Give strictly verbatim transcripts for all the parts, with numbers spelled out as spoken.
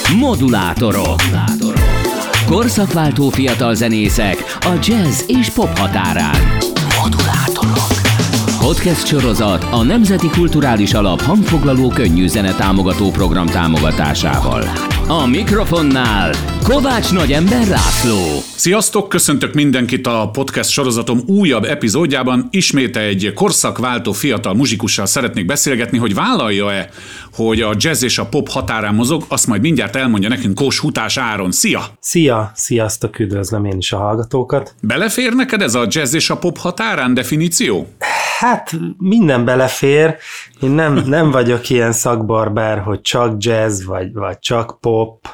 Modulátorok. Korszakváltó fiatal zenészek a jazz és pop határán. Modulátorok. Podcast sorozat a Nemzeti Kulturális Alap hangfoglaló könnyű zene támogató program támogatásával. A mikrofonnál Kovács Nagyember László. Sziasztok, köszöntök mindenkit a podcast sorozatom újabb epizódjában. Ismét egy korszakváltó fiatal muzsikussal szeretnék beszélgetni, hogy vállalja-e, hogy a jazz és a pop határán mozog, azt majd mindjárt elmondja nekünk Kós Hutás Áron. Szia! Szia! Sziasztok, üdvözlöm én is a hallgatókat. Belefér neked ez a jazz és a pop határán definíció? Hát minden belefér. Én nem, nem vagyok ilyen szakbarbár, hogy csak jazz, vagy, vagy csak pop.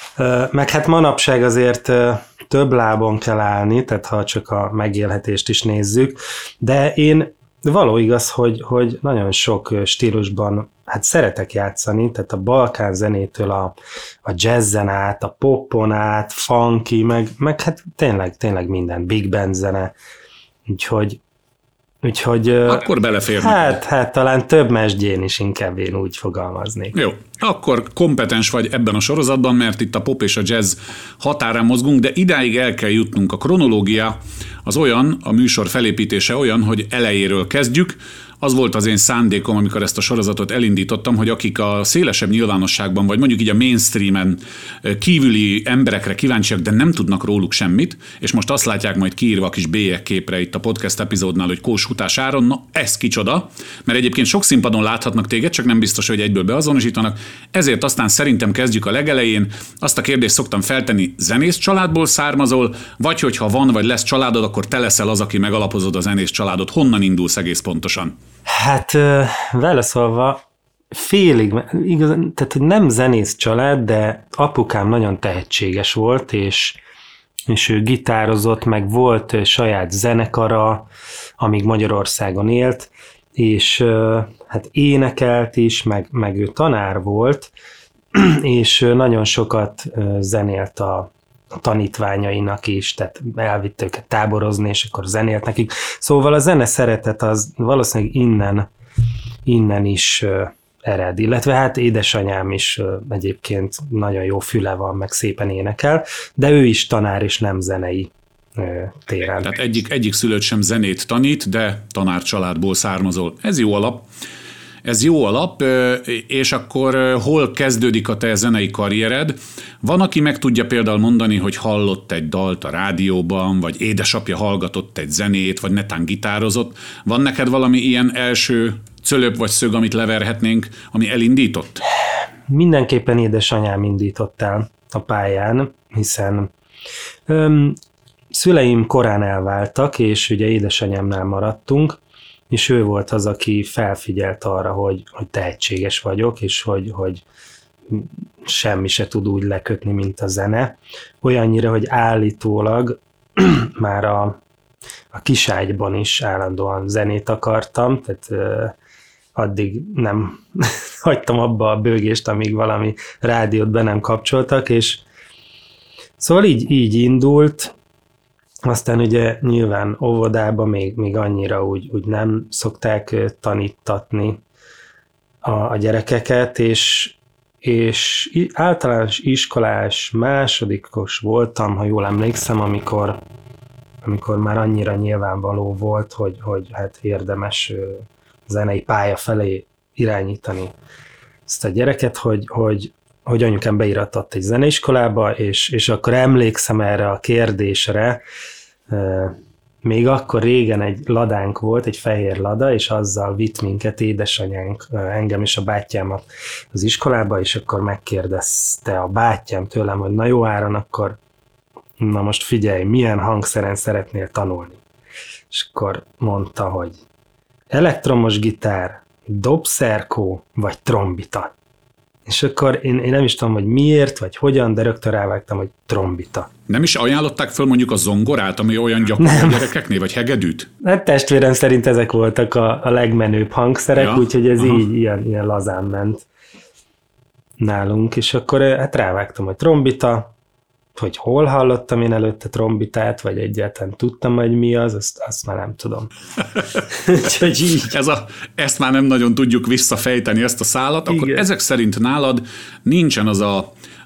Meg hát manapság azért több lábon kell állni, tehát ha csak a megélhetést is nézzük, de én való igaz, hogy, hogy nagyon sok stílusban hát szeretek játszani, tehát a balkán zenétől a, a jazzen át, a popon át, funky, meg, meg hát tényleg, tényleg minden, big band zene, úgyhogy Úgyhogy, akkor belefér hát, neked. hát talán több mesdjén is inkább én úgy fogalmaznék. Jó, akkor kompetens vagy ebben a sorozatban, mert itt a pop és a jazz határán mozgunk, de idáig el kell jutnunk. A kronológia az olyan, a műsor felépítése olyan, hogy elejéről kezdjük. Az volt az én szándékom, amikor ezt a sorozatot elindítottam, hogy akik a szélesebb nyilvánosságban, vagy mondjuk így a mainstreamen kívüli emberekre kíváncsiak, de nem tudnak róluk semmit, és most azt látják majd kiírva a kis bélyegképre itt a podcast epizódnál, hogy Kós Hutás Áron, na ez kicsoda, mert egyébként sok színpadon láthatnak téged, csak nem biztos, hogy egyből beazonosítanak, ezért aztán szerintem kezdjük a legelején. Azt a kérdést szoktam feltenni, zenész családból származol, vagy hogyha van, vagy lesz családod, akkor te leszel az, aki megalapozod a zenész családot. Honnan indulsz egész pontosan? Hát vele szólva félig, igazán, tehát hogy nem zenész család, de apukám nagyon tehetséges volt, és, és ő gitározott, meg volt saját zenekara, amíg Magyarországon élt, és hát énekelt is, meg, meg ő tanár volt, és nagyon sokat zenélt a a tanítványainak is, tehát elvitte őket táborozni, és akkor zenélt nekik. Szóval a zene szeretet az valószínűleg innen, innen is uh, ered, illetve hát édesanyám is uh, egyébként nagyon jó füle van, meg szépen énekel, de ő is tanár, és nem zenei uh, téren. Tehát egyik, egyik szülőd sem zenét tanít, de tanár családból származol. Ez jó alap. Ez jó alap, és akkor hol kezdődik a te zenei karriered? Van, aki meg tudja például mondani, hogy hallott egy dalt a rádióban, vagy édesapja hallgatott egy zenét, vagy netán gitározott. Van neked valami ilyen első cölöp vagy szög, amit leverhetnénk, ami elindított? Mindenképpen édesanyám indított el a pályán, hiszen öm, szüleim korán elváltak, és ugye édesanyámnál maradtunk, és ő volt az, aki felfigyelt arra, hogy, hogy tehetséges vagyok, és hogy, hogy semmi se tud úgy lekötni, mint a zene. Olyannyira, hogy állítólag már a, a kiságyban is állandóan zenét akartam, tehát ö, addig nem hagytam abba a bőgést, amíg valami rádiót be nem kapcsoltak, és szóval így, így indult. Aztán ugye nyilván óvodában még, még annyira úgy, úgy nem szokták tanítatni a, a gyerekeket, és, és általános iskolás másodikos voltam, ha jól emlékszem, amikor, amikor már annyira nyilvánvaló volt, hogy, hogy hát érdemes zenei pálya felé irányítani ezt a gyereket, hogy, hogy, hogy anyukám beiratott egy zeneiskolába, és, és akkor emlékszem erre a kérdésre, még akkor régen egy ladánk volt, egy fehér lada, és azzal vitt minket édesanyánk, engem és a bátyámat az iskolába, és akkor megkérdezte a bátyám tőlem, hogy na jó Áron, akkor na most figyelj, milyen hangszeren szeretnél tanulni? És akkor mondta, hogy elektromos gitár, dobszerkó, vagy trombita. És akkor én, én nem is tudom, hogy miért, vagy hogyan, de rögtön rávágtam, hogy trombita. Nem is ajánlották föl mondjuk a zongorát, ami olyan gyakori a gyerekeknél, vagy hegedűt? Hát testvérem szerint ezek voltak a, a legmenőbb hangszerek, ja, úgyhogy ez aha. így ilyen, ilyen lazán ment nálunk, és akkor hát rávágtam, hogy trombita, hogy hol hallottam én előtte trombitát, vagy egyáltalán tudtam, hogy mi az, azt, azt már nem tudom. Úgyhogy így. Ez a, ezt már nem nagyon tudjuk visszafejteni, ezt a szálat, akkor igen. Ezek szerint nálad nincsen az a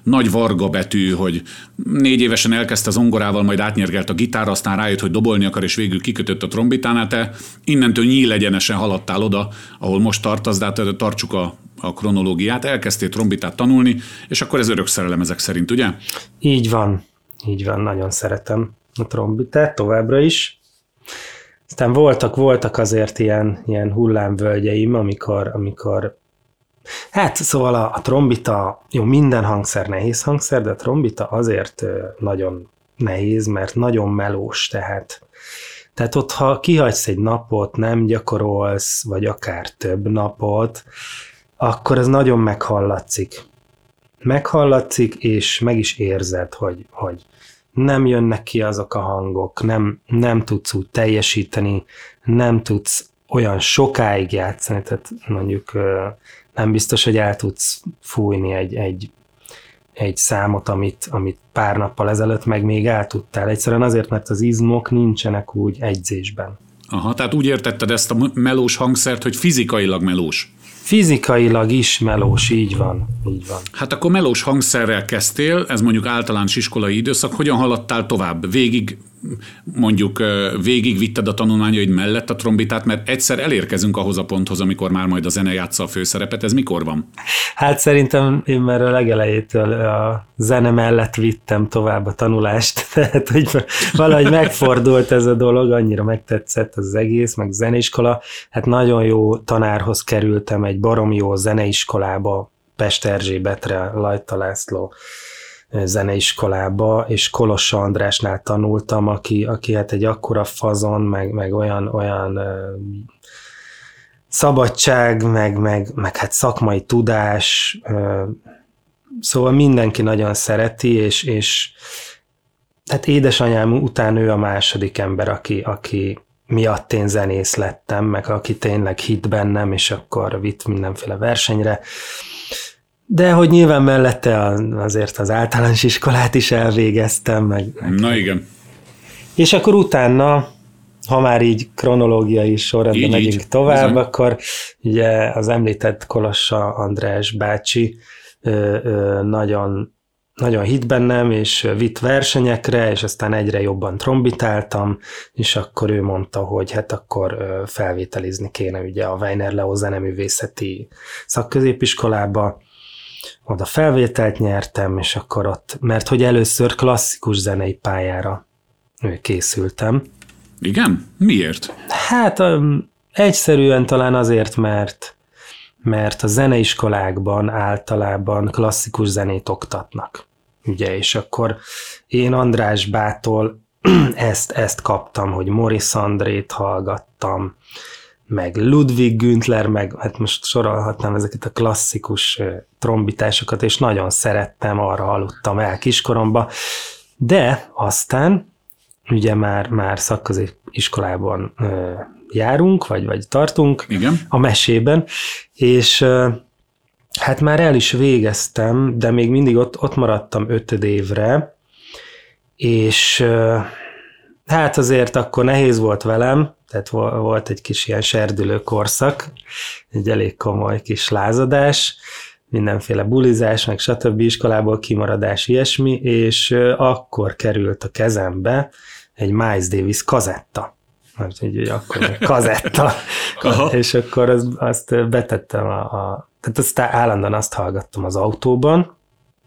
nagy varga betű, hogy négy évesen elkezdte zongorával, majd átnyergelt a gitárra, aztán rájött, hogy dobolni akar, és végül kikötött a trombitánál. Te innentől nyílegyenesen haladtál oda, ahol most tartasz, de hát tartsuk a, a kronológiát. Elkezdtél trombitát tanulni, és akkor ez örök szerelem ezek szerint, ugye? Így van, így van, nagyon szeretem a trombitát továbbra is. Aztán voltak, voltak azért ilyen, ilyen hullámvölgyeim, amikor, amikor hát szóval a, a trombita, jó, minden hangszer nehéz hangszer, de a trombita azért nagyon nehéz, mert nagyon melós, tehát, tehát ott, ha kihagysz egy napot, nem gyakorolsz, vagy akár több napot, akkor ez nagyon meghallatszik. Meghallatszik, és meg is érzed, hogy, hogy nem jönnek ki azok a hangok, nem, nem tudsz úgy teljesíteni, nem tudsz olyan sokáig játszani, tehát mondjuk nem biztos, hogy el tudsz fújni egy, egy, egy számot, amit, amit pár nappal ezelőtt meg még el tudtál. Egyszerűen azért, mert az izmok nincsenek úgy egyzésben. Aha, tehát úgy értetted ezt a melós hangszert, hogy fizikailag melós. Fizikailag is melós, így van, így van. Hát akkor melós hangszerrel kezdtél, ez mondjuk általános iskolai időszak, hogyan haladtál tovább? Végig, mondjuk végig vitted a tanulmányaid mellett a trombitát, mert egyszer elérkezünk ahhoz a ponthoz, amikor már majd a zene játsza a főszerepet, ez mikor van? Hát szerintem én már a legelejétől a zene mellett vittem tovább a tanulást, tehát hogy valahogy megfordult ez a dolog, annyira megtetszett az egész, meg zeneiskola, hát nagyon jó tanárhoz kerültem, egy baromi jó zeneiskolába, Pest Erzsébetre, Lajta László zeneiskolába, és Kolossa Andrásnál tanultam, aki, aki hát egy akkora fazon, meg, meg olyan, olyan szabadság, meg, meg, meg hát szakmai tudás, szóval mindenki nagyon szereti, és, és hát édesanyám után ő a második ember, aki, aki miatt én zenész lettem, meg aki tényleg hitt bennem, és akkor vitt mindenféle versenyre. De hogy nyilván mellette azért az általános iskolát is elvégeztem. Meg, meg Na igen. És akkor utána, ha már így kronológiai sorrendben így, megyünk így. tovább, Bizony. Akkor ugye az említett Kolossa András bácsi ö, ö, nagyon, nagyon hitt bennem, és vitt versenyekre, és aztán egyre jobban trombitáltam, és akkor ő mondta, hogy hát akkor felvételizni kéne ugye a Weiner Leo zeneművészeti szakközépiskolába. Oda felvételt nyertem, és akkor ott, mert hogy először klasszikus zenei pályára készültem. Igen? Miért? Hát um, egyszerűen talán azért, mert, mert a zeneiskolákban általában klasszikus zenét oktatnak. Ugye, és akkor én András bától ezt, ezt kaptam, hogy Morris Andrét hallgattam, meg Ludwig Günther, meg hát most sorolhatnám ezeket a klasszikus trombitásokat, és nagyon szerettem, arra aludtam el kiskoromba, de aztán ugye már, már szakközépiskolában járunk, vagy, vagy tartunk Igen. a mesében, és hát már el is végeztem, de még mindig ott, ott maradtam ötöd évre, és hát azért akkor nehéz volt velem, tehát volt egy kis ilyen serdülő korszak, egy elég komoly kis lázadás, mindenféle bulizás, meg stb. Iskolából kimaradás, ilyesmi, és akkor került a kezembe egy Miles Davis kazetta. Mert ugye akkor egy kazetta. És akkor az, azt betettem a, a... Tehát azt állandóan azt hallgattam az autóban,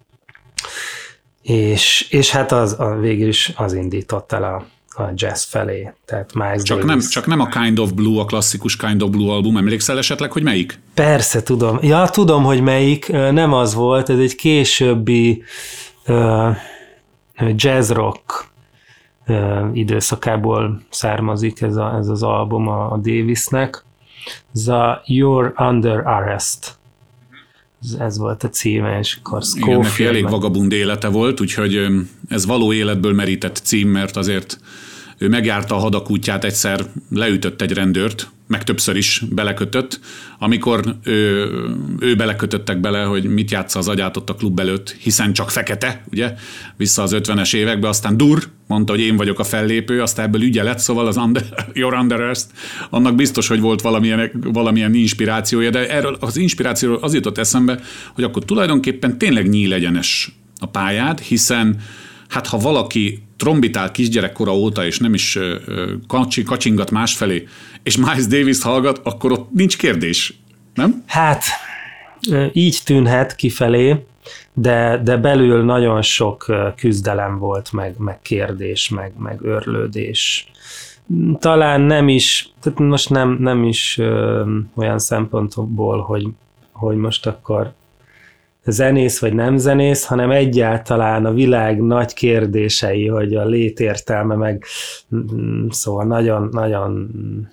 és, és hát az, a, végül is az indított el a a jazz felé, tehát Miles csak Davis. Nem, csak nem a Kind of Blue, a klasszikus Kind of Blue album, emlékszel esetleg, hogy melyik? Persze, tudom. Ja, tudom, hogy melyik, nem az volt, ez egy későbbi uh, jazz rock uh, időszakából származik ez, a, ez az album a, a Davisnek. Ez a You're Under Arrest. Ez, ez volt a címe, és akkor Igen, neki elég vagabund élete volt, úgyhogy ez való életből merített cím, mert azért ő megjárta a hadak útját, egyszer leütött egy rendőrt, meg többször is belekötött. Amikor ő, ő belekötöttek bele, hogy mit játsza az agyát ott a klub előtt, hiszen csak fekete, ugye, vissza az ötvenes évekbe, aztán dur, mondta, hogy én vagyok a fellépő, aztán ebből ügye lett, szóval az under, You're Under Arrest, annak biztos, hogy volt valamilyen, valamilyen inspirációja, de erről az inspirációról az jutott eszembe, hogy akkor tulajdonképpen tényleg nyílegyenes a pályád, hiszen hát ha valaki trombitál kisgyerekkora óta, és nem is kacsi, kacsingat másfelé, és Miles Davis hallgat, akkor ott nincs kérdés, nem? Hát, így tűnhet kifelé, de, de belül nagyon sok küzdelem volt, meg, meg kérdés, meg, meg örlődés. Talán nem is, tehát most nem, nem is ö, olyan szempontból, hogy, hogy most akkor zenész vagy nem zenész, hanem egyáltalán a világ nagy kérdései, hogy a létértelme, meg szóval nagyon, nagyon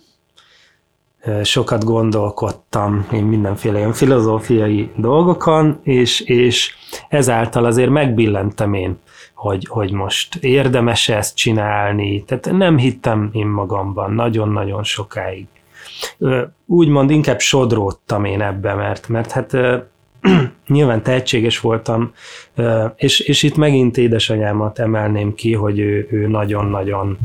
sokat gondolkodtam én mindenféle ilyen filozófiai dolgokon, és, és ezáltal azért megbillentem én, hogy, hogy most érdemes ezt csinálni. Tehát nem hittem én magamban nagyon-nagyon sokáig. Úgymond inkább sodródtam én ebbe, mert, mert hát nyilván tehetséges voltam, és, és itt megint édesanyámat emelném ki, hogy ő, ő nagyon-nagyon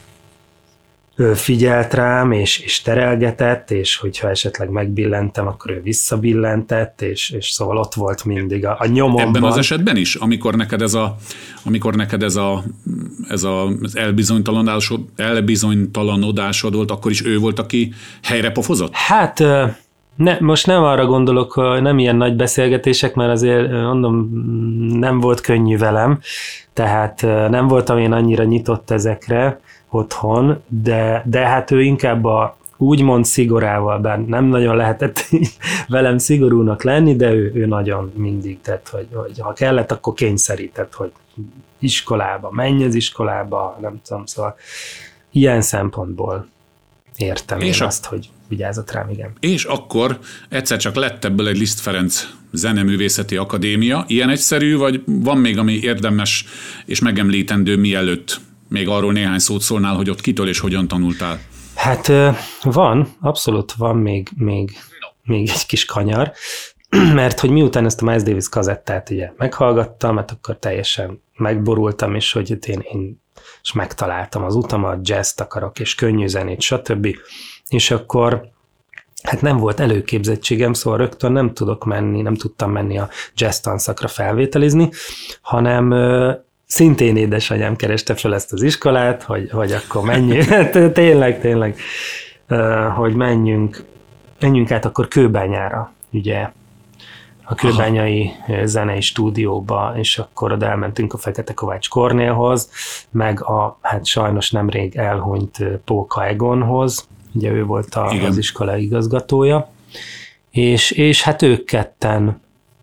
figyelt rám, és, és terelgetett, és hogyha esetleg megbillentem, akkor ő visszabillentett, és, és szóval ott volt mindig a, a nyomomban. Ebben az esetben is, amikor neked ez a, amikor neked ez a, ez a az elbizonytalanodásod, elbizonytalanodásod volt, akkor is ő volt, aki helyre pofozott? Hát ne, most nem arra gondolok, hogy nem ilyen nagy beszélgetések, mert azért mondom, nem volt könnyű velem, tehát nem voltam én annyira nyitott ezekre otthon, de, de hát ő inkább a úgymond szigorával, bár nem nagyon lehetett velem szigorúnak lenni, de ő, ő nagyon mindig tett, hogy, hogy ha kellett, akkor kényszerített, hogy iskolába, menj az iskolába, nem tudom, szóval ilyen szempontból értem és én a... azt, hogy vigyázott rám, igen. És akkor egyszer csak lett ebből egy Liszt Ferenc Zeneművészeti Akadémia. Ilyen egyszerű, vagy van még, ami érdemes és megemlítendő, mielőtt még arról néhány szót szólnál, hogy ott kitől és hogyan tanultál? Hát van, abszolút van még, még, még egy kis kanyar, mert hogy miután ezt a Miles Davis kazettát ugye meghallgattam, hát akkor teljesen megborultam, és hogy én, én és megtaláltam az utamat, jazzt akarok, és könnyű zenét, stb. És akkor hát nem volt előképzettségem, szóval rögtön nem tudok menni, nem tudtam menni a jazz tanszakra felvételizni, hanem szintén édesanyám kereste fel ezt az iskolát, hogy, hogy akkor menjünk, tényleg, tényleg, hogy menjünk, menjünk át akkor Kőbányára, ugye, a kőbányai Aha. zenei stúdióba, és akkor oda elmentünk a Fekete Kovács Kornélhoz, meg a, hát sajnos nemrég elhunyt Póka Egonhoz, ugye ő volt a, az iskola igazgatója, és, és hát ők ketten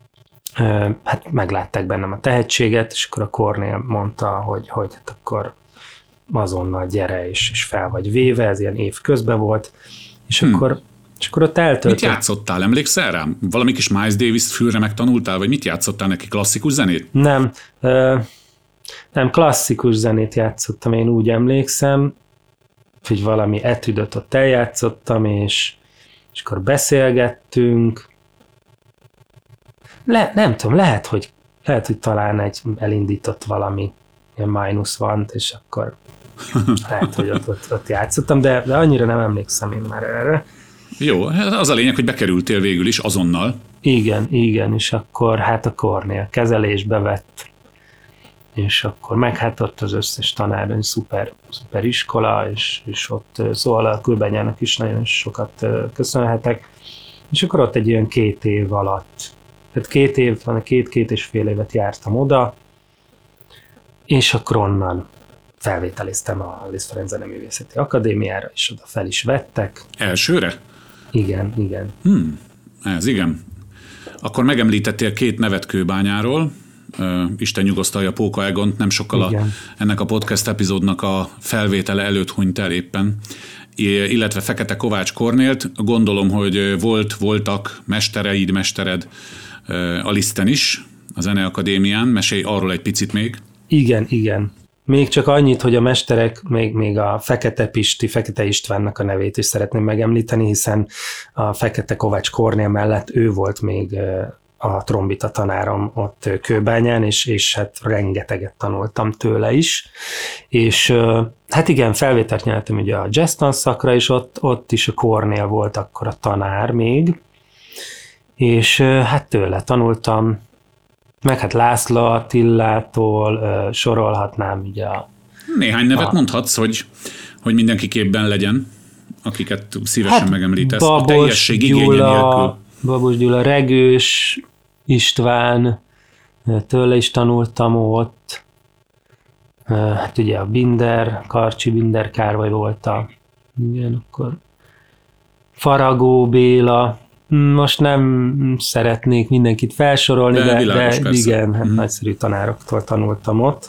hát meglátták bennem a tehetséget, és akkor a Kornél mondta, hogy, hogy hát akkor azonnal gyere, és, és fel vagy véve, ez ilyen év közben volt, és hmm. akkor és akkor ott eltöltött. Mit játszottál? Emlékszel rám? Valami kis Miles Davis fülre megtanultál, vagy mit játszottál neki? Klasszikus zenét? Nem. Ö, nem, klasszikus zenét játszottam, én úgy emlékszem, hogy valami etüdöt ott eljátszottam, és, és akkor beszélgettünk. Le, nem tudom, lehet, hogy, lehet, hogy talán egy elindított valami ilyen mínusz van, és akkor lehet, hogy ott, ott, ott játszottam, de, de annyira nem emlékszem én már erre. Jó, az a lényeg, hogy bekerültél végül is azonnal. Igen, igen, és akkor hát a Kornél kezelésbe vett, és akkor meg hát ott az összes tanár, szuper, szuper iskola, és, és ott szóval a Kőbányának is nagyon sokat köszönhetek, és akkor ott egy ilyen két év alatt, tehát két év, van két-két és fél évet jártam oda, és akkor onnan felvételiztem a Liszt Ferenc Zeneművészeti Akadémiára, és oda fel is vettek. Elsőre? Igen, igen. Hmm, ez igen. Akkor megemlítettél két nevet Kőbányáról, uh, Isten nyugosztalja Póka Egont, nem sokkal a, ennek a podcast epizódnak a felvétele előtt hunyt el éppen, illetve Fekete Kovács Kornélt. Gondolom, hogy volt, voltak mestereid, mestered uh, a Liszten is, a Zeneakadémián. Mesélj arról egy picit még. Igen, igen. Még csak annyit, hogy a mesterek, még, még a Fekete Pisti, Fekete Istvánnak a nevét is szeretném megemlíteni, hiszen a Fekete Kovács Kornél mellett ő volt még a trombita tanárom ott Kőbányán, és, és hát rengeteget tanultam tőle is. És hát igen, felvételt nyertem ugye a jazz tanszakra, és ott, ott is a Kornél volt akkor a tanár még, és hát tőle tanultam meg hát László Attilától sorolhatnám ugye a... Néhány nevet a, mondhatsz, hogy, hogy mindenki képben legyen, akiket szívesen hát megemlítesz. Babos a teljesség igénye nélkül. Babos Gyula, Regős István, tőle is tanultam ott. Hát ugye a Binder, Karcsi Binder Kárvaj volt a... Igen, akkor Faragó Béla. Most nem szeretnék mindenkit felsorolni, de, de, világos, de igen, hát mm. nagyszerű tanároktól tanultam ott.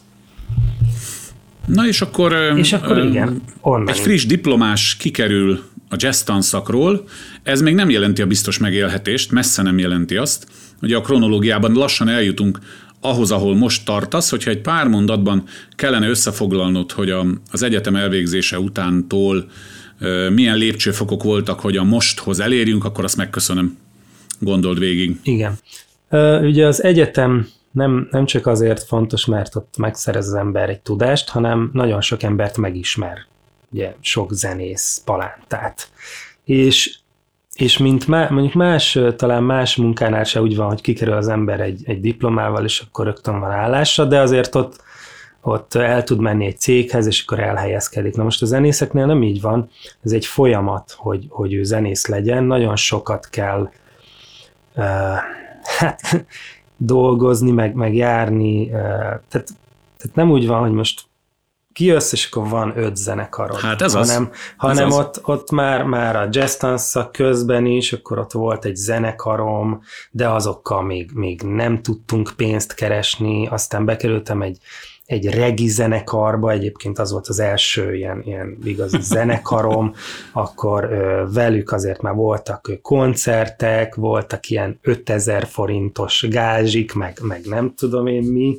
Na és akkor, és akkor ö, igen, onnan egy friss diplomás kikerül a jazz tanszakról, ez még nem jelenti a biztos megélhetést, messze nem jelenti azt, hogy a kronológiában lassan eljutunk ahhoz, ahol most tartasz, hogyha egy pár mondatban kellene összefoglalnod, hogy a, az egyetem elvégzése utántól milyen lépcsőfokok voltak, hogy a mosthoz elérjünk, akkor azt megköszönöm. Gondold végig. Igen. Ugye az egyetem nem, nem csak azért fontos, mert ott megszerez az ember egy tudást, hanem nagyon sok embert megismer. Ugye sok zenész palántát. És, és mint má, mondjuk más, talán más munkánál se úgy van, hogy kikerül az ember egy, egy diplomával, és akkor rögtön van állása, de azért ott ott el tud menni egy céghez, és akkor elhelyezkedik. Na most a zenészeknél nem így van, ez egy folyamat, hogy, hogy ő zenész legyen, nagyon sokat kell uh, hát, dolgozni, meg, meg járni, uh, tehát, tehát nem úgy van, hogy most kijössz, és akkor van öt zenekarod. Hát ez hanem, az. hanem ez ott, ott már, már a jazz tanszak közben is, akkor ott volt egy zenekarom, de azokkal még, még nem tudtunk pénzt keresni, aztán bekerültem egy egy regi zenekarba, egyébként az volt az első ilyen, ilyen igazi zenekarom, akkor ö, velük azért már voltak koncertek, voltak ilyen ötezer forintos gázsik, meg, meg nem tudom én mi.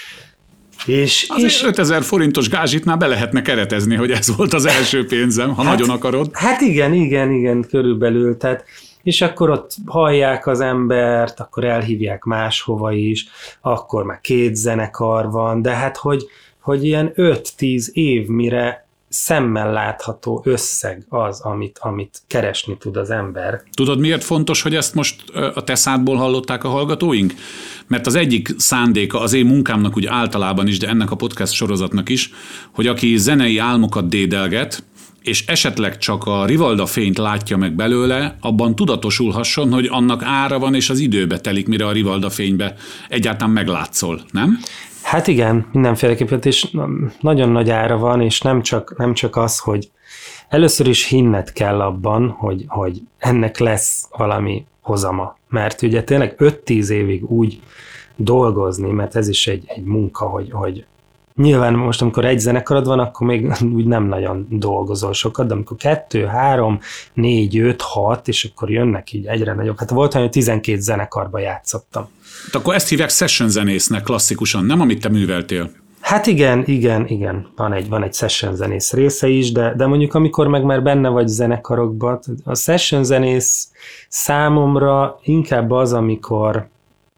És, és ötezer forintos gázsitnál be lehetne keretezni, hogy ez volt az első pénzem, ha hát, nagyon akarod. Hát igen, igen, igen, körülbelül, tehát és akkor ott hallják az embert, akkor elhívják máshova is, akkor már két zenekar van, de hát hogy, hogy ilyen öt-tíz év, mire szemmel látható összeg az, amit, amit keresni tud az ember. Tudod, miért fontos, hogy ezt most a te szádból hallották a hallgatóink? Mert az egyik szándéka az én munkámnak úgy általában is, de ennek a podcast sorozatnak is, hogy aki zenei álmokat dédelget, és esetleg csak a Rivalda fényt látja meg belőle, abban tudatosulhasson, hogy annak ára van, és az időbe telik, mire a Rivalda fénybe egyáltalán meglátszol, nem? Hát igen, mindenféleképpen, és nagyon nagy ára van, és nem csak, nem csak az, hogy először is hinned kell abban, hogy, hogy ennek lesz valami hozama. Mert ugye tényleg öt-tíz évig úgy dolgozni, mert ez is egy, egy munka, hogy, hogy nyilván most, amikor egy zenekarod van, akkor még úgy nem nagyon dolgozol sokat, de amikor kettő, három, négy, öt, hat, és akkor jönnek így egyre nagyobb. Hát volt, hogy tizenkét zenekarba játszottam. De akkor ezt hívják session zenésznek klasszikusan, nem amit te műveltél? Hát igen, igen, igen. Van egy, van egy session zenész része is, de, de mondjuk amikor meg már benne vagy zenekarokban, a session zenész számomra inkább az, amikor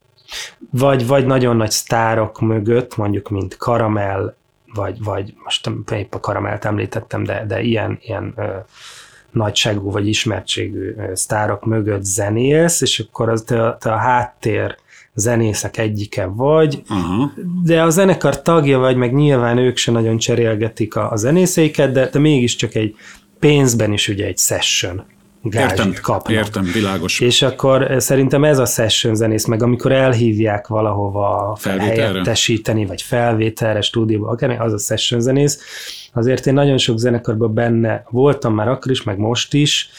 Vagy, vagy nagyon nagy sztárok mögött, mondjuk mint Karamell, vagy, vagy most épp a Karamelt említettem, de, de ilyen, ilyen ö, nagyságú vagy ismertségű ö, sztárok mögött zenélsz, és akkor az te, te a háttér zenészek egyike vagy, uh-huh. de a zenekar tagja vagy, meg nyilván ők se nagyon cserélgetik a, a zenészeiket, de, de mégiscsak egy pénzben is ugye egy session gázsit kapnak. Értem, világos. És akkor szerintem ez a session zenész, meg amikor elhívják valahova helyettesíteni, vagy felvételre, stúdióba, akár az a session zenész. Azért én nagyon sok zenekarban benne voltam már akkor is, meg most is.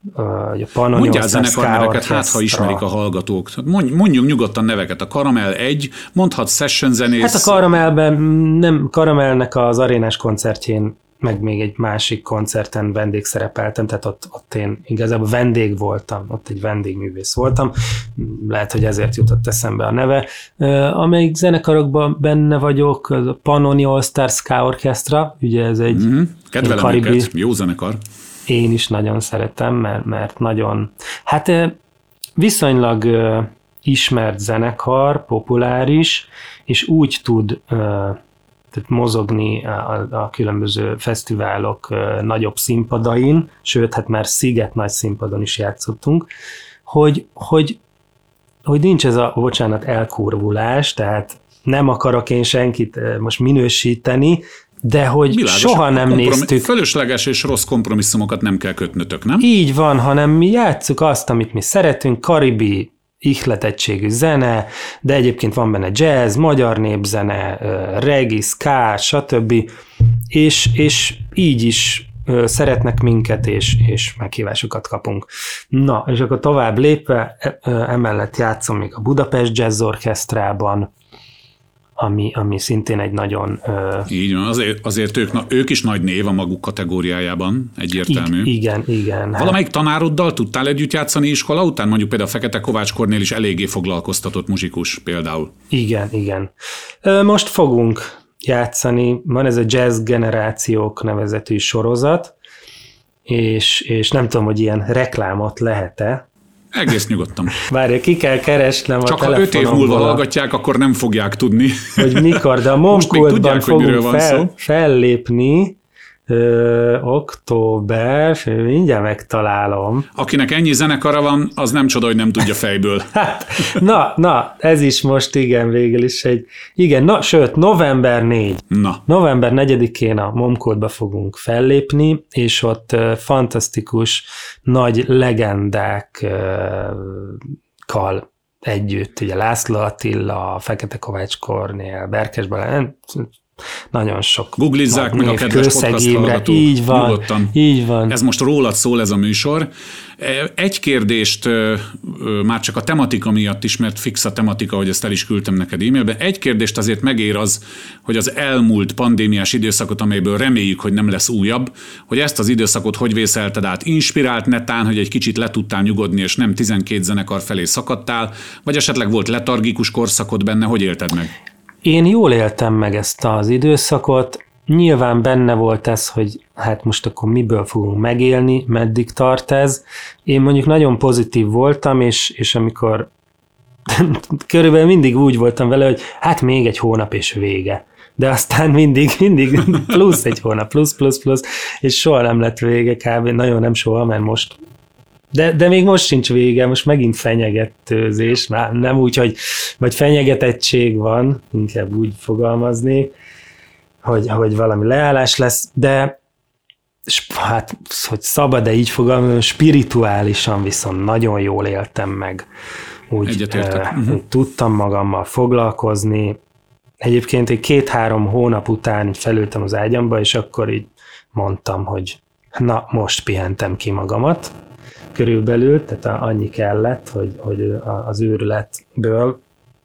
A Pannoni Mondjál zenekarneveket, hát ha ismerik a hallgatók. Mondjunk nyugodtan neveket. A Karamell egy, mondhatsz session zenész. Hát a Karamellben, nem, Karamellnek az arénás koncertjén meg még egy másik koncerten vendégszerepeltem, tehát ott, ott én igazából vendég voltam, ott egy vendégművész voltam, lehet, hogy ezért jutott eszembe a neve. Amelyik zenekarokban benne vagyok, a Pannoni All Stars Ska Orchestra, ugye ez egy mm-hmm. Kedvelem karibi, őket, jó zenekar. Én is nagyon szeretem, mert, mert nagyon, hát viszonylag ismert zenekar, populáris, és úgy tud tehát mozogni a, a különböző fesztiválok uh, nagyobb színpadain, sőt, hát már Sziget nagy színpadon is játszottunk, hogy, hogy hogy nincs ez a, bocsánat, elkurvulás, tehát nem akarok én senkit most minősíteni, de hogy Világos, soha nem néztük. Fölösleges és rossz kompromisszumokat nem kell kötnötök, nem? Így van, hanem mi játsszuk azt, amit mi szeretünk, karibi, ihletettségű zene, de egyébként van benne jazz, magyar népzene, reggae, ska, stb. És, és így is szeretnek minket, és, és meghívásokat kapunk. Na, és akkor tovább lépve, emellett játszom még a Budapest Jazz Orchestrában, ami, ami szintén egy nagyon... Így van, azért, azért ők, na, ők is nagy név a maguk kategóriájában, egyértelmű. Igen, igen. Valamelyik tanároddal tudtál együtt játszani iskola után? Mondjuk például a Fekete Kovács Kornél is eléggé foglalkoztatott muzsikus például. Igen, igen. Most fogunk játszani, van ez a Jazz Generációk nevezetű sorozat, és, és nem tudom, hogy ilyen reklámot lehet-e. Egész nyugodtan. Várja, ki kell keresnem a Csak ha öt év múlva hallgatják, akkor nem fogják tudni. Hogy mikor, de a Momkultban fogunk fel, fellépni ö, október, mindjárt megtalálom. Akinek ennyi zenekara van, az nem csoda, hogy nem tudja fejből. Hát, na, na, ez is most igen, végül is egy, igen, na, sőt, november negyedike. Na. november negyedikén a Momkultba fogunk fellépni, és ott uh, fantasztikus, nagy legendákkal együtt, ugye László Attila, Fekete Kovács Kornél, Berkes Balázs, nagyon sok. Googlizzák meg a kedves podcast hallgatók. Így van, nyugodtan. Így van. Ez most rólad szól ez a műsor. Egy kérdést már csak a tematika miatt is, mert fix a tematika, hogy ezt el is küldtem neked e-mailbe. Egy kérdést azért megér az, hogy az elmúlt pandémiás időszakot, amelyből reméljük, hogy nem lesz újabb, hogy ezt az időszakot hogy vészelted át? Inspirált netán, hogy egy kicsit le tudtál nyugodni, és nem tizenkét zenekar felé szakadtál, vagy esetleg volt letargikus korszakod benne, hogy élted meg? Én jól éltem meg ezt az időszakot, nyilván benne volt ez, hogy hát most akkor miből fogunk megélni, meddig tart ez. Én mondjuk nagyon pozitív voltam, és, és amikor körülbelül mindig úgy voltam vele, hogy hát még egy hónap és vége. De aztán mindig, mindig plusz egy hónap, plusz, plusz, plusz, és soha nem lett vége kb. Nagyon nem soha, mert most De, de még most sincs vége, most megint fenyegetőzés, már nem úgy, hogy vagy fenyegetettség van, inkább úgy fogalmazni, hogy, hogy valami leállás lesz, de hát, hogy szabad-e így fogalmazni, spirituálisan viszont nagyon jól éltem meg. Úgy uh, uh-huh. tudtam magammal foglalkozni. Egyébként egy két-három hónap után felültem az ágyamba, és akkor így mondtam, hogy na, most pihentem ki magamat. Körülbelül, tehát annyi kellett, hogy, hogy az őrületből.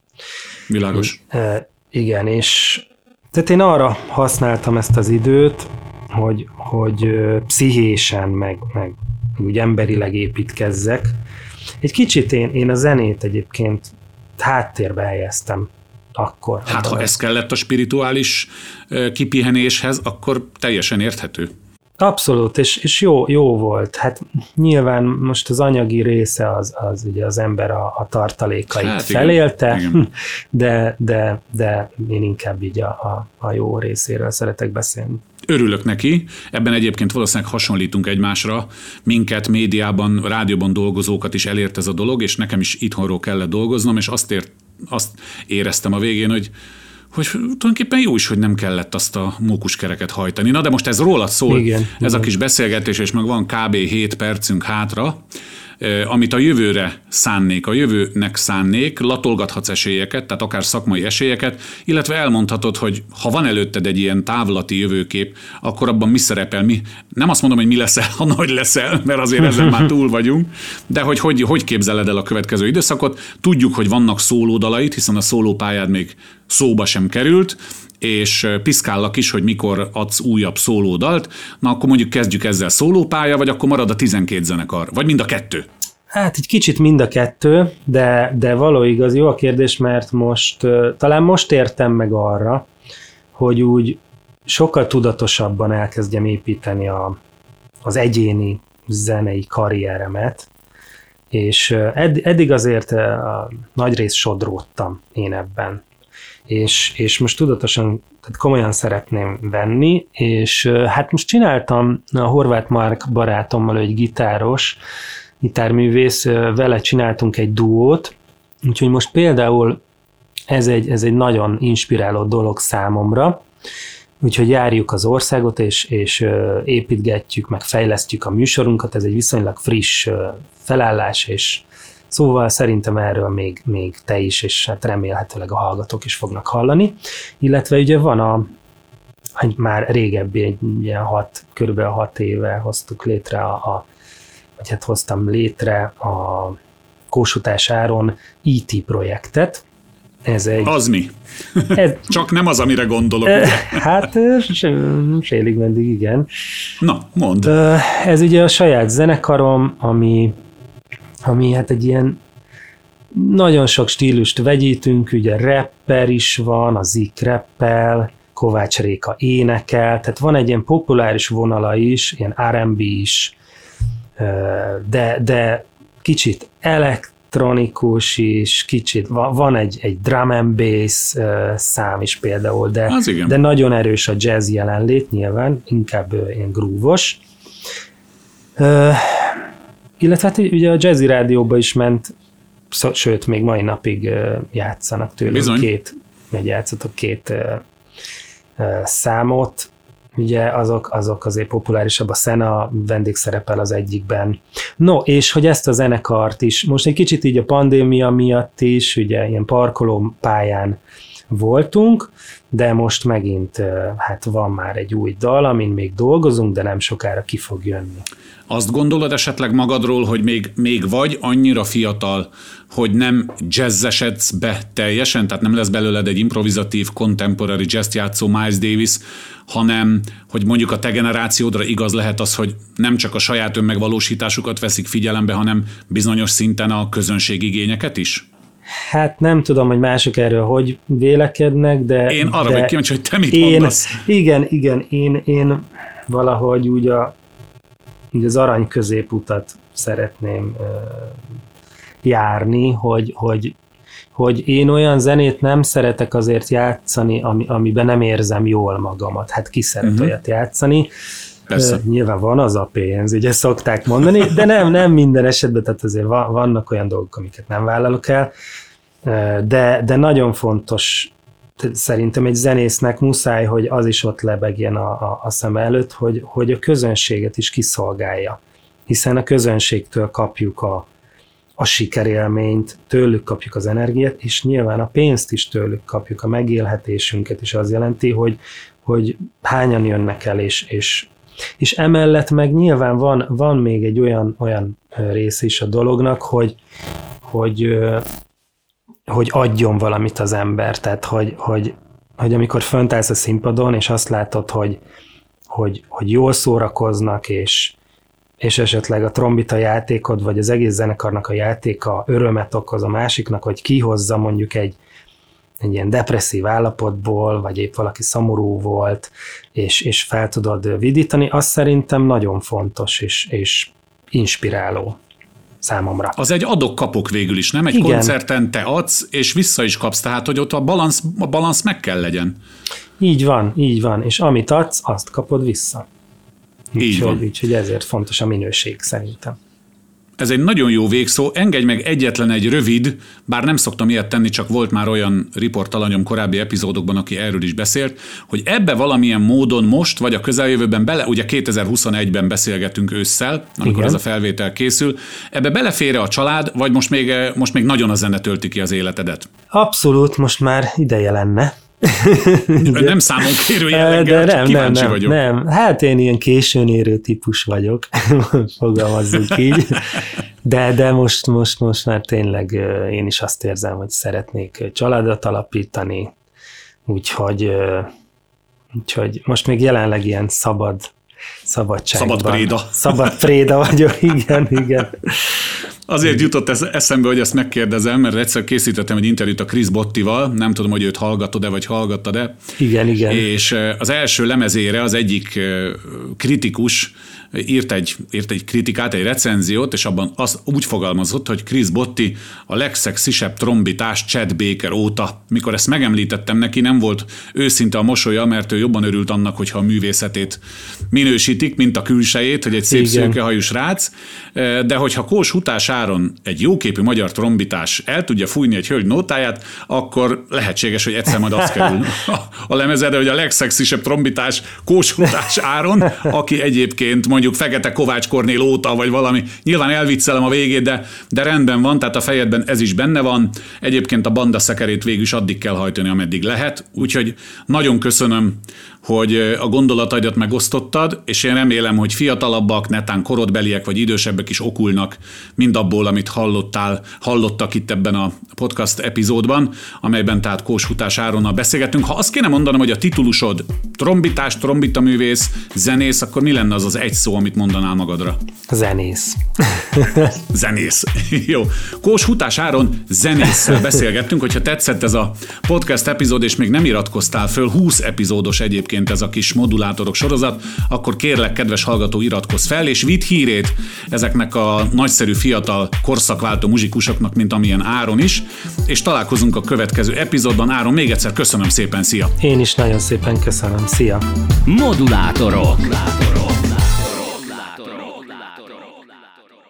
Világos. E, igen, és tehát én arra használtam ezt az időt, hogy, hogy pszichésen, meg, meg úgy emberileg építkezzek. Egy kicsit én, én a zenét egyébként háttérbe helyeztem akkor. Hát ha ez kellett a spirituális kipihenéshez, akkor teljesen érthető. Abszolút, és, és jó, jó volt. Hát nyilván most az anyagi része az, az ugye az ember a, a tartalékait hát felélte, igen. De, de, de én inkább így a, a, a jó részéről szeretek beszélni. Örülök neki, ebben egyébként valószínűleg hasonlítunk egymásra, minket médiában, rádióban dolgozókat is elért ez a dolog, és nekem is itthonról kellett dolgoznom, és azt, ért, azt éreztem a végén, hogy hogy tulajdonképpen jó is, hogy nem kellett azt a mókuskereket hajtani. Na de most ez rólad szól, igen, ez igen. a kis beszélgetés, és meg van kb. hét percünk hátra, amit a jövőre szánnék, a jövőnek szánnék, latolgathatsz esélyeket, tehát akár szakmai esélyeket, illetve elmondhatod, hogy ha van előtted egy ilyen távlati jövőkép, akkor abban mi szerepel, mi, nem azt mondom, hogy mi leszel, ha nagy leszel, mert azért ezen már túl vagyunk, de hogy, hogy hogy képzeled el a következő időszakot. Tudjuk, hogy vannak szólódalait, hiszen a szólópályád még szóba sem került, és piszkállak is, hogy mikor adsz újabb szólódalt. Na akkor mondjuk kezdjük ezzel, szólópálya, vagy akkor marad a tizenkét zenekar, vagy mind a kettő? Hát egy kicsit mind a kettő, de, de való igaz, jó a kérdés, mert most, talán most értem meg arra, hogy úgy sokkal tudatosabban elkezdjem építeni a, az egyéni zenei karrieremet, és edd, eddig azért a nagy rész sodródtam én ebben. És, és most tudatosan, tehát komolyan szeretném venni, és hát most csináltam a Horváth Mark barátommal, egy gitáros, gitárművész, vele csináltunk egy duót, Úgyhogy most például ez egy, ez egy nagyon inspiráló dolog számomra, úgyhogy járjuk az országot, és, és építgetjük, meg fejlesztjük a műsorunkat, ez egy viszonylag friss felállás, és szóval szerintem erről még, még te is, és hát remélhetőleg a hallgatók is fognak hallani. Illetve ugye van a, hogy már régebbi, egy ilyen hat, körülbelül hat éve hoztuk létre, a, a, vagy hát hoztam létre a Kósutás Áron í té projektet. Ez egy, az mi? Ez, Csak nem az, amire gondolok. Hát félig meddig igen. Na, mondd. Ez ugye a saját zenekarom, ami, ami hát egy ilyen nagyon sok stílust vegyítünk, ugye rapper is van, a Zik rappel, Kovács Réka énekel, tehát van egy ilyen populáris vonala is, ilyen er and bé is, de, de kicsit elektronikus is, kicsit, van egy, egy drum and bass szám is például, de, de nagyon erős a jazz jelenlét nyilván, inkább ilyen groove-os. Illetve hát ugye a Jazzy Rádióba is ment, sőt, még mai napig játszanak tőlük. Bizony. Két, vagy játszatok két számot, ugye azok, azok azért populárisabb, a Szena vendégszerepel az egyikben. No, és hogy ezt a zenekart is, most egy kicsit így a pandémia miatt is, ugye ilyen parkoló pályán voltunk, de most megint hát van már egy új dal, amin még dolgozunk, de nem sokára ki fog jönni. Azt gondolod esetleg magadról, hogy még, még vagy annyira fiatal, hogy nem jazzesedsz be teljesen, tehát nem lesz belőled egy improvizatív, contemporary jazz játszó Miles Davis, hanem hogy mondjuk a te generációdra igaz lehet az, hogy nem csak a saját önmegvalósításukat veszik figyelembe, hanem bizonyos szinten a közönség igényeket is? Hát nem tudom, hogy mások erről hogy vélekednek, de... Én arra vagyok kíváncsi, hogy te mit én, mondasz. Igen, igen, én, én valahogy úgy, a, úgy az arany középutat szeretném uh, járni, hogy, hogy, hogy én olyan zenét nem szeretek azért játszani, ami, amiben nem érzem jól magamat. Hát ki szeret uh-huh. olyat játszani. Persze. Uh, nyilván van az a pénz, ugye szokták mondani, de nem, nem minden esetben, tehát azért vannak olyan dolgok, amiket nem vállalok el, uh, de, de nagyon fontos, szerintem egy zenésznek muszáj, hogy az is ott lebegjen a, a, a szem előtt, hogy, hogy a közönséget is kiszolgálja, hiszen a közönségtől kapjuk a, a sikerélményt, tőlük kapjuk az energiát, és nyilván a pénzt is tőlük kapjuk, a megélhetésünket is az jelenti, hogy, hogy hányan jönnek el, és, és, és emellett meg nyilván van, van még egy olyan, olyan része is a dolognak, hogy, hogy, hogy adjon valamit az ember, tehát hogy, hogy, hogy amikor fönt állsz a színpadon, és azt látod, hogy, hogy, hogy jól szórakoznak, és és esetleg a trombita játékod, vagy az egész zenekarnak a játéka örömet okoz a másiknak, hogy kihozza mondjuk egy, egy ilyen depresszív állapotból, vagy épp valaki szomorú volt, és, és fel tudod vidítani, az szerintem nagyon fontos és, és inspiráló számomra. Az egy adok-kapok végül is, nem? Egy Igen. koncerten te adsz, és vissza is kapsz, tehát hogy ott a balansz, a balansz meg kell legyen. Így van, így van, és amit adsz, azt kapod vissza. Úgyhogy úgy, ezért fontos a minőség szerintem. Ez egy nagyon jó végszó. Engedj meg egyetlen egy rövid, bár nem szoktam ilyet tenni, csak volt már olyan riportalanyom korábbi epizódokban, aki erről is beszélt, hogy ebbe valamilyen módon most, vagy a közeljövőben bele, ugye kétezer-huszonegyben beszélgetünk ősszel, amikor Igen. ez a felvétel készül, ebbe belefér a család, vagy most még, most még nagyon a zene tölti ki az életedet? Abszolút, most már ideje lenne. Nem számon kérő jelleggel, csak kíváncsi nem, vagyok. Nem, hát én ilyen későn érő típus vagyok, fogalmazzuk így, de, de most, most, most már tényleg én is azt érzem, hogy szeretnék családot alapítani, úgyhogy, úgyhogy most még jelenleg ilyen szabad, szabadságban. Szabad préda. Szabad préda vagyok, igen, igen. Azért jutott eszembe, hogy ezt megkérdezem, mert egyszer készítettem egy interjút a Chris Bottival, nem tudom, hogy őt hallgatod-e, vagy hallgattad-e. Igen, igen. És az első lemezére az egyik kritikus írt egy, írt egy kritikát, egy recenziót, és abban azt úgy fogalmazott, hogy Chris Botti a legszexisebb trombitás Chet Baker óta. Mikor ezt megemlítettem neki, nem volt őszinte a mosolya, mert ő jobban örült annak, hogyha a művészetét minősítik, mint a külsejét, hogy egy szép szőkehajú srác, de hogyha Kós Hutás Áron egy jóképű magyar trombitás el tudja fújni egy hölgy nótáját, akkor lehetséges, hogy egyszer majd azt kerül a lemezedre, hogy a legszexisebb trombitás Kós Hutás Áron, aki egyébként mondjuk Fekete Kovács Kornél óta, vagy valami. Nyilván elviccelem a végét, de, de rendben van, tehát a fejedben ez is benne van. Egyébként a banda szekerét végül is addig kell hajtani, ameddig lehet. Úgyhogy nagyon köszönöm, hogy a gondolataidat megosztottad, és én remélem, hogy fiatalabbak, netán korodbeliek vagy idősebbek is okulnak mindabból, amit hallottál, hallottak itt ebben a podcast epizódban, amelyben tehát Kós Hutás Áronnal beszélgettünk. Ha azt kéne mondanom, hogy a titulusod trombitás, trombitaművész, zenész, akkor mi lenne az az egy szó, amit mondanál magadra? Zenész. Zenész. Jó. Kós Hutás Áron zenésszel beszélgettünk, hogyha tetszett ez a podcast epizód, és még nem iratkoztál föl, húsz epizódos egyébként ez a kis modulátorok sorozat, akkor kérlek, kedves hallgató, iratkozz fel, és vidd hírét ezeknek a nagyszerű fiatal korszakváltó muzsikusoknak, mint amilyen Áron is, és találkozunk a következő epizódban. Áron, még egyszer köszönöm szépen, szia! Én is nagyon szépen köszönöm, szia! Modulátorok.